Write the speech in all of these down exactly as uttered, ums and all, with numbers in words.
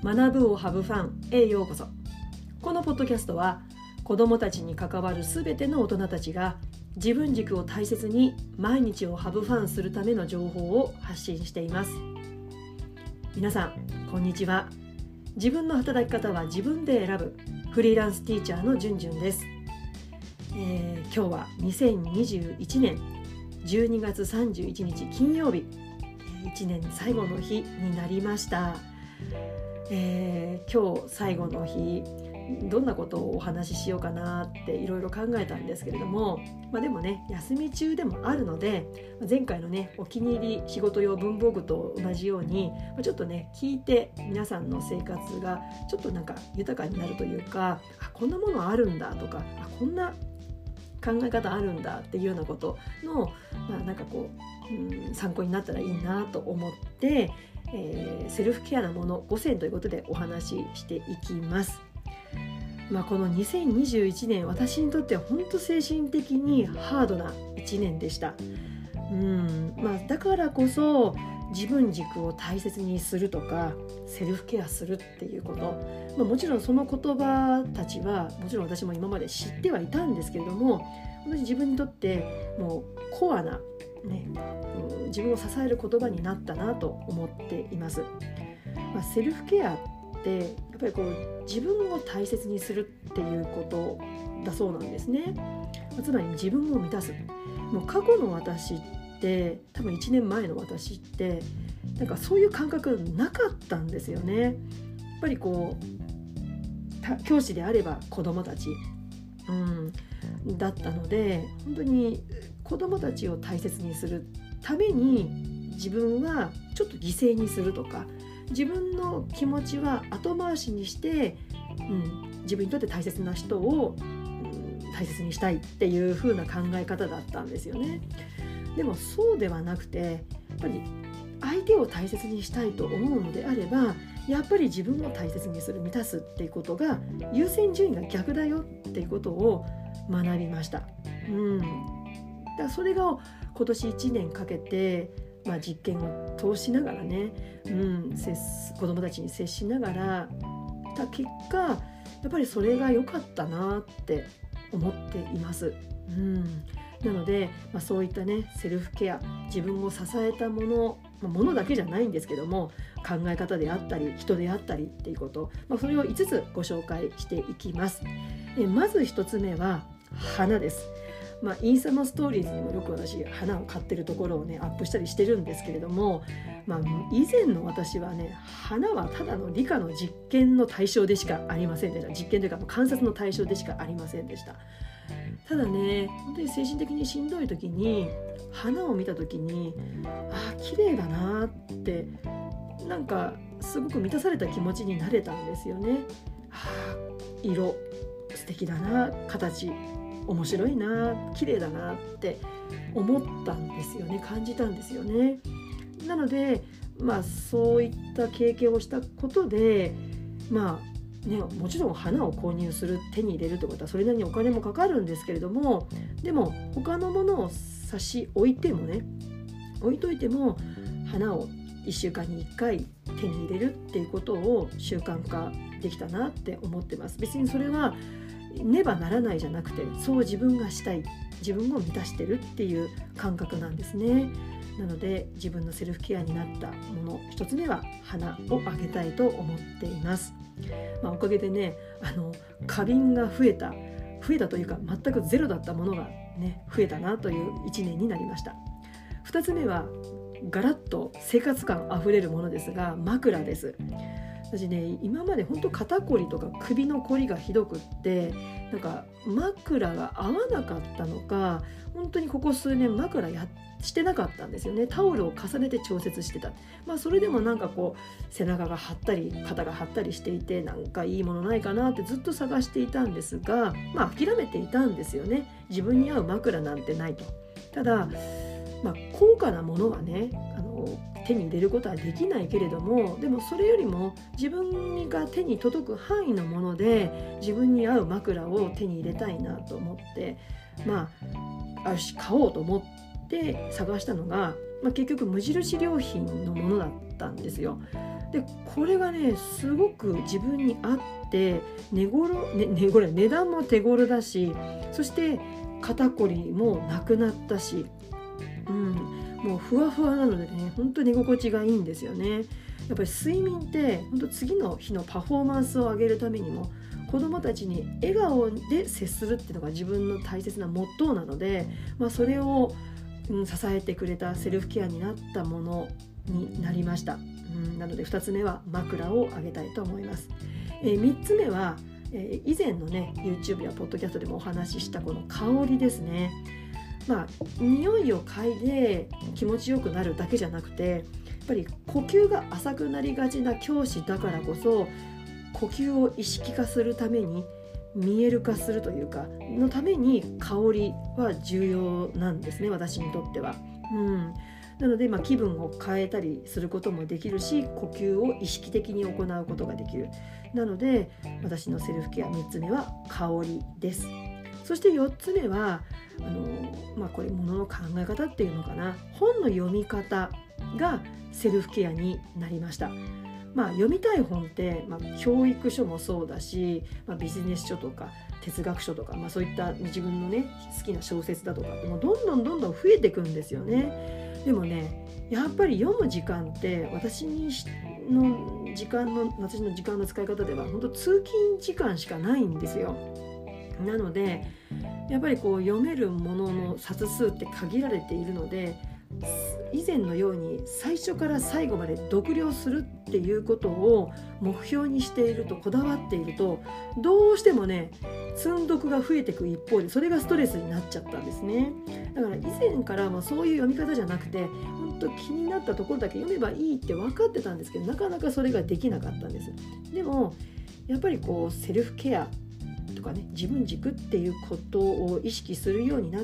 学ぶをハブファンへようこそ。このポッドキャストは子どもたちに関わるすべての大人たちが自分軸を大切に毎日をハブファンするための情報を発信しています。皆さんこんにちは。自分の働き方は自分で選ぶフリーランスティーチャーのじゅんじゅんです。えー、今日はにせんにじゅういちねんじゅうにがつさんじゅういちにち金曜日、いちねん最後の日になりました。えー、今日最後の日、どんなことをお話ししようかなっていろいろ考えたんですけれども、まあ、でもね休み中でもあるので、前回のねお気に入り仕事用文房具と同じようにちょっとね聞いて皆さんの生活がちょっとなんか豊かになるというか、あこんなものあるんだとか、あこんな考え方あるんだっていうようなことの、まあ、なんかこう、うん、参考になったらいいなと思って、えー、セルフケアなものごせんということでお話ししていきます。まあ、このにせんにじゅういちねん、私にとっては本当精神的にハードないちねんでした。うんまあ、だからこそ自分軸を大切にするとかセルフケアするっていうこと、まあ、もちろんその言葉たちはもちろん私も今まで知ってはいたんですけれども、私自分にとってもうコアな、ねうん、自分を支える言葉になったなと思っています。まあ、セルフケアってやっぱりこう自分を大切にするっていうことだそうなんですね。つまり自分を満たす。もう過去の私って多分いちねんまえの私ってなんかそういう感覚なかったんですよね。やっぱりこう教師であれば子どもたち、うん、だったので、本当に子どもたちを大切にするために自分はちょっと犠牲にするとか、自分の気持ちは後回しにして、うん、自分にとって大切な人を、うん、大切にしたいっていう風な考え方だったんですよね。でもそうではなくて、やっぱり相手を大切にしたいと思うのであれば、やっぱり自分を大切にする、満たすっていうことが優先順位が逆だよっていうことを学びました。うん、だからそれが今年いちねんかけてまあ、実験を通しながらね、うん、接子どもたちに接しながらた結果、やっぱりそれが良かったなって思っています。うん、なので、まあ、そういったねセルフケア、自分を支えたもの、まあ、ものだけじゃないんですけども、考え方であったり人であったりっていうこと、まあ、それをいつつご紹介していきます。えまずひとつめは花です。まあ、インスタのストーリーズにもよく私花を買ってるところをねアップしたりしてるんですけれども、まあ、以前の私はね花はただの理科の実験の対象でしかありませんでした。実験というか観察の対象でしかありませんでした。ただね本当に精神的にしんどい時に花を見た時に、ああ綺麗だなってなんかすごく満たされた気持ちになれたんですよね。はあ、色素敵だな、形面白いな、綺麗だなって思ったんですよね。感じたんですよね。なので、まあ、そういった経験をしたことで、まあね、もちろん花を購入する、手に入れるってことはそれなりにお金もかかるんですけれども、でも他のものを差し置いてもね置いといても花をいっしゅうかんにいっかい手に入れるっていうことを習慣化できたなって思ってます。別にそれはねばならないじゃなくて、そう自分がしたい、自分を満たしてるっていう感覚なんですね。なので自分のセルフケアになったもの一つ目は花をあげたいと思っています。まあ、おかげでねあの花瓶が増えた増えたというか全くゼロだったものがね増えたなといういちねんになりました。二つ目はガラッと生活感あふれるものですが、枕です。私ね今まで本当肩こりとか首のこりがひどくって、なんか枕が合わなかったのか、本当にここ数年枕やしてなかったんですよね。タオルを重ねて調節してた。まあそれでもなんかこう背中が張ったり肩が張ったりしていて、なんかいいものないかなってずっと探していたんですが、まあ諦めていたんですよね。自分に合う枕なんてないと。ただまあ、高価なものはねあの手に入れることはできないけれども、でもそれよりも自分が手に届く範囲のもので自分に合う枕を手に入れたいなと思って、まあよし買おうと思って探したのが、まあ、結局無印良品のものだったんですよ。 でこれがねすごく自分に合って値頃、ね、値頃値段も手頃だし、そして肩こりもなくなったし、うん、もうふわふわなのでね本当に寝心地がいいんですよね。やっぱり睡眠って本当次の日のパフォーマンスを上げるためにも子どもたちに笑顔で接するっていうのが自分の大切なモットーなので、まあ、それを、うん、支えてくれたセルフケアになったものになりました。うん、なのでふたつめは枕をあげたいと思います。えー、みっつめは、えー、以前のね YouTube やポッドキャストでもお話ししたこの香りですね。まあ匂いを嗅いで気持ちよくなるだけじゃなくて、やっぱり呼吸が浅くなりがちな教師だからこそ呼吸を意識化するために見える化するというかのために香りは重要なんですね、私にとっては。うん、なので、まあ、気分を変えたりすることもできるし、呼吸を意識的に行うことができる。なので私のセルフケアみっつめは香りです。そしてよっつめはあの、まあ、これ物の考え方っていうのかな、本の読み方がセルフケアになりました。まあ、読みたい本って、まあ、教育書もそうだし、まあ、ビジネス書とか哲学書とか、まあ、そういった自分のね好きな小説だとかもうどんどんどんどん増えていくんですよね。でもねやっぱり読む時間って私にの時間の私の時間の使い方では本当通勤時間しかないんですよ。なのでやっぱりこう読めるものの冊数って限られているので、以前のように最初から最後まで読了するっていうことを目標にしていると、こだわっているとどうしてもね積んどくが増えていく一方でそれがストレスになっちゃったんですね。だから以前からもそういう読み方じゃなくて本当気になったところだけ読めばいいって分かってたんですけど、なかなかそれができなかったんです。でもやっぱりこうセルフケアとかね自分軸っていうことを意識するようになって、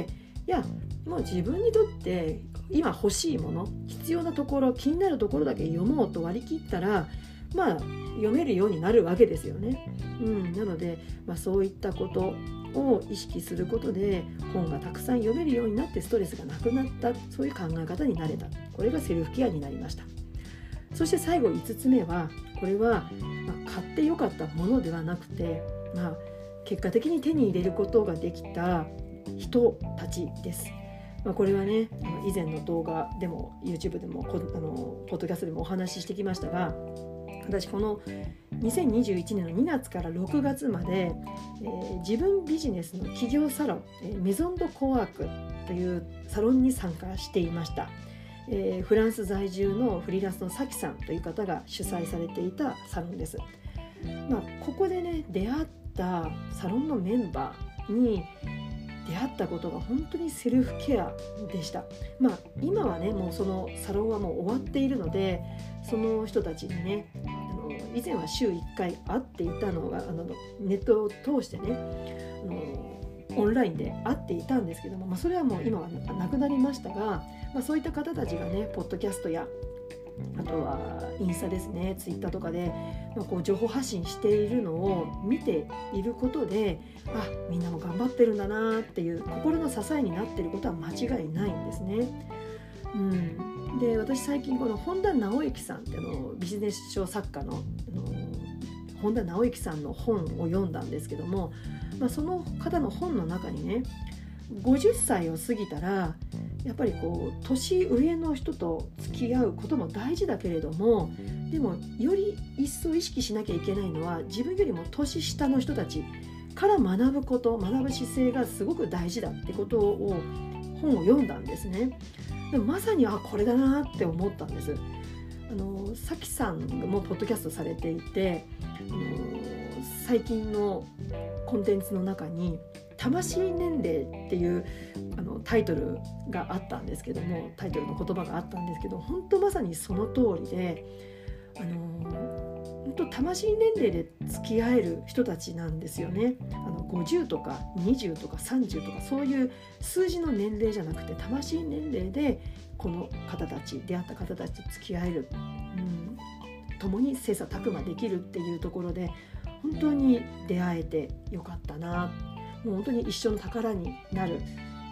いやもう自分にとって今欲しいもの、必要なところ、気になるところだけ読もうと割り切ったら、まあ読めるようになるわけですよね。うん、なので、まあ、そういったことを意識することで本がたくさん読めるようになってストレスがなくなった、そういう考え方になれた。これがセルフケアになりました。そして最後いつつめは、これは、まあ、買ってよかったものではなくて、まあ、結果的に手に入れることができた人たちです。まあ、これはね以前の動画でも YouTube でもあのポッドキャストでもお話ししてきましたが、私このにせんにじゅういちねんのにがつからろくがつまで、えー、自分ビジネスの企業サロン、えー、メゾンドコワークというサロンに参加していました。えー、フランス在住のフリーランスのサキさんという方が主催されていたサロンです。まあ、ここでね出会ったサロンのメンバーに出会ったことが本当にセルフケアでした。まあ今はねもうそのサロンはもう終わっているので、その人たちにねあの以前は週いっかい会っていたのがあのネットを通してねあのオンラインで会っていたんですけども、まあ、それはもう今はなくなりましたが、まあ、そういった方たちがねポッドキャストやあとはインスタですね、ツイッターとかで、まあ、こう情報発信しているのを見ていることで、あ、みんなも頑張ってるんだなっていう心の支えになっていることは間違いないんですね。うん、で私最近この本田直之さんってあのビジネス書作家の、あの本田直之さんの本を読んだんですけども、まあ、その方の本の中にねごじゅっさいを過ぎたらやっぱりこう年上の人と付き合うことも大事だけれども、でもより一層意識しなきゃいけないのは自分よりも年下の人たちから学ぶこと、学ぶ姿勢がすごく大事だってことを本を読んだんですね。でもまさにあこれだなって思ったんです。あのさきさんもポッドキャストされていて、あの最近のコンテンツの中に魂年齢っていうあのタイトルがあったんですけども、タイトルの言葉があったんですけど、本当まさにその通りで、あの本当魂年齢で付き合える人たちなんですよね。あのごじゅうとかにじゅうとかさんじゅうとかそういう数字の年齢じゃなくて魂年齢でこの方たち、出会った方たちと付き合える、うん、共に切磋琢磨できるっていうところで本当に出会えてよかったな、もう本当に一生の宝になる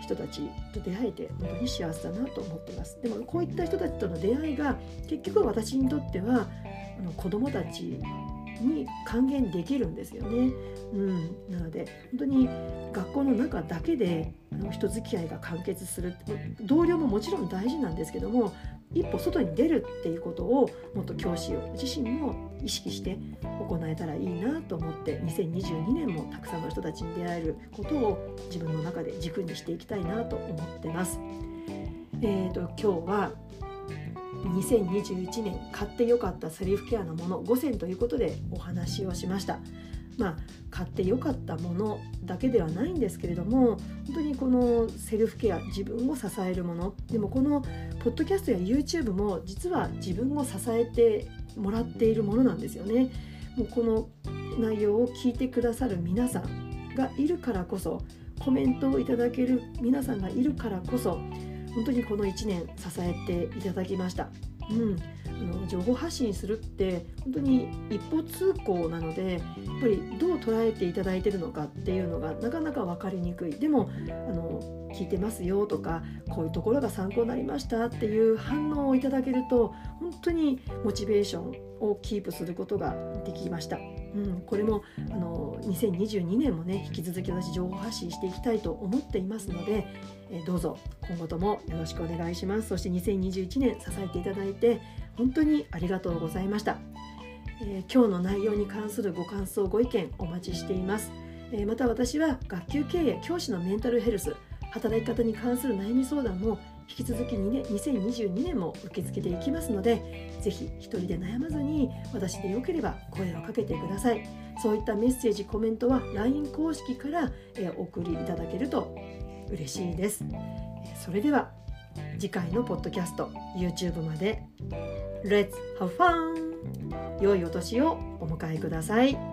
人たちと出会えて本当に幸せだなと思っています。でもこういった人たちとの出会いが結局私にとってはあの子どもたちに還元できるんですよね。うん、なので本当に学校の中だけであの人付き合いが完結する、同僚ももちろん大事なんですけども、一歩外に出るっていうことをもっと教師自身も意識して行えたらいいなと思って、にせんにじゅうにねんもたくさんの人たちに出会えることを自分の中で軸にしていきたいなと思ってます。えーと、今日はにせんにじゅういちねん買ってよかったセルフケアのものごせんということでお話をしました。まあ、買ってよかったものだけではないんですけれども、本当にこのセルフケア、自分を支えるもの、でもこのポッドキャストや YouTube も実は自分を支えてもらっているものなんですよね。もうこの内容を聞いてくださる皆さんがいるからこそ、コメントをいただける皆さんがいるからこそ、本当にこのいちねん支えていただきました。うん、あの情報発信するって本当に一方通行なので、やっぱりどう捉えていただいているのかっていうのがなかなか分かりにくい。でもあの聞いてますよとか、こういうところが参考になりましたっていう反応をいただけると、本当にモチベーションをキープすることができました。うん、これもあのにせんにじゅうにねんもね、引き続き私情報発信していきたいと思っていますので、えどうぞ今後ともよろしくお願いします。そしてにせんにじゅういちねん支えていただいて本当にありがとうございました。えー、今日の内容に関するご感想ご意見お待ちしています。えー、また私は学級経営、教師のメンタルヘルス、働き方に関する悩み相談も引き続きにせんにじゅうにねんも受け付けていきますので、ぜひ一人で悩まずに私でよければ声をかけてください。そういったメッセージ、コメントは ライン 公式からお送りいただけると嬉しいです。それでは次回のポッドキャスト、YouTube まで Let's have fun! 良いお年をお迎えください。